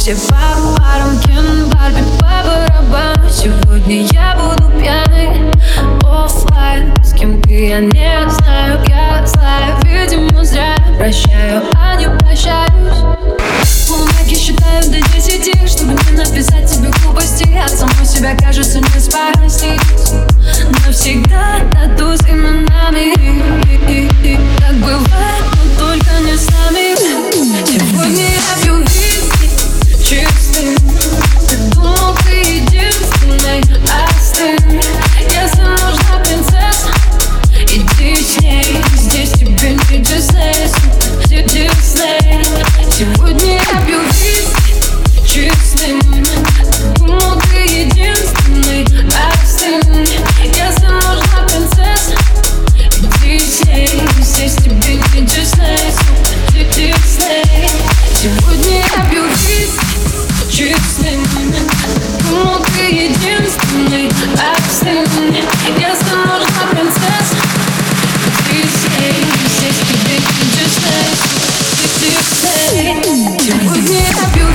Все по парам, Кен, Барби по барабану. Сегодня я буду пьяный, оффлайн. С кем ты, я не знаю, я злая, видимо, зря. Прощаю, а не прощаюсь. Полумраки считаю до 10, чтобы не написать тебе глупости. От самой себя, кажется, не спастись. Навсегда тату с именами. Так бывает, но только не с нами. Сегодня я пью виски чистым. Ты думал, ты единственный, остынь. Если нужна принцесса, иди с ней. Здесь тебе не Дисней, Дисней. Сегодня я пью виски чистым. Думал, ты единственный, остынь. Если нужна принцесса, иди с ней. Здесь тебе не Дисней, Дисней. Сегодня я пью виски чистым. Думал, ты единственный, остынь. Если нужна принцесса, иди с ней. Здесь тебе не Дисней, Дисней. Сегодня я пью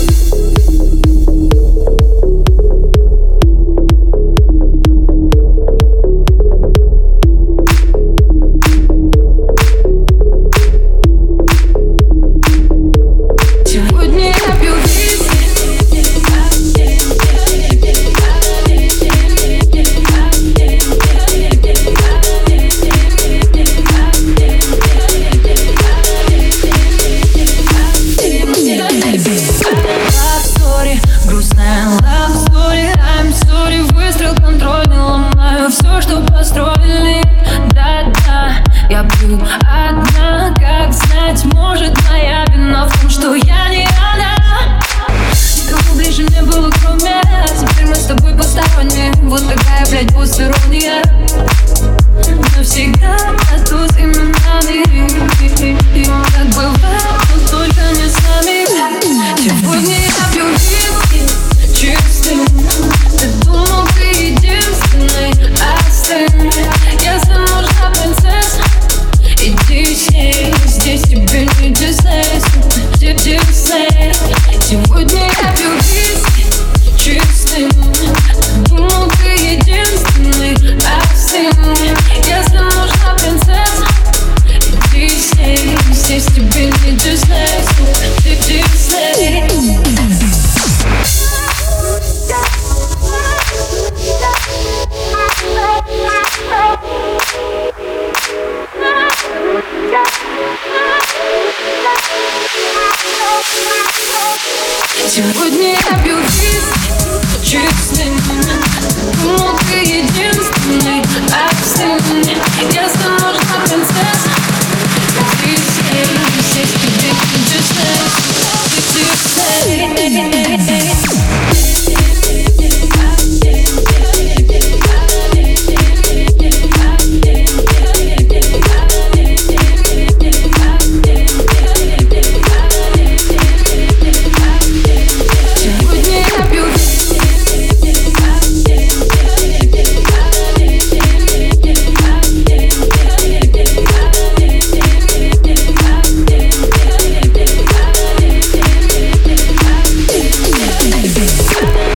построили, да-да. Я пью одна, как знать, может моя вина в том, что я не она. Никому ближе не было, кроме. Теперь мы с тобой посторонние. Вот такая, блядь, посторонняя. Навсегда тату с именами. Так бывает, но только не с нами. Сегодня я пью виски чистым. Ты думал, ты единственный, остынь. Если нужна принцесса, иди с ней. Здесь тебе не Дисней, Дисней. Сегодня я пью виски чистым. Думал, ты единственный, остынь. Если нужна принцесса, иди с ней. Здесь тебе не Дисней, Дисней. Сегодня я пью виски чистым.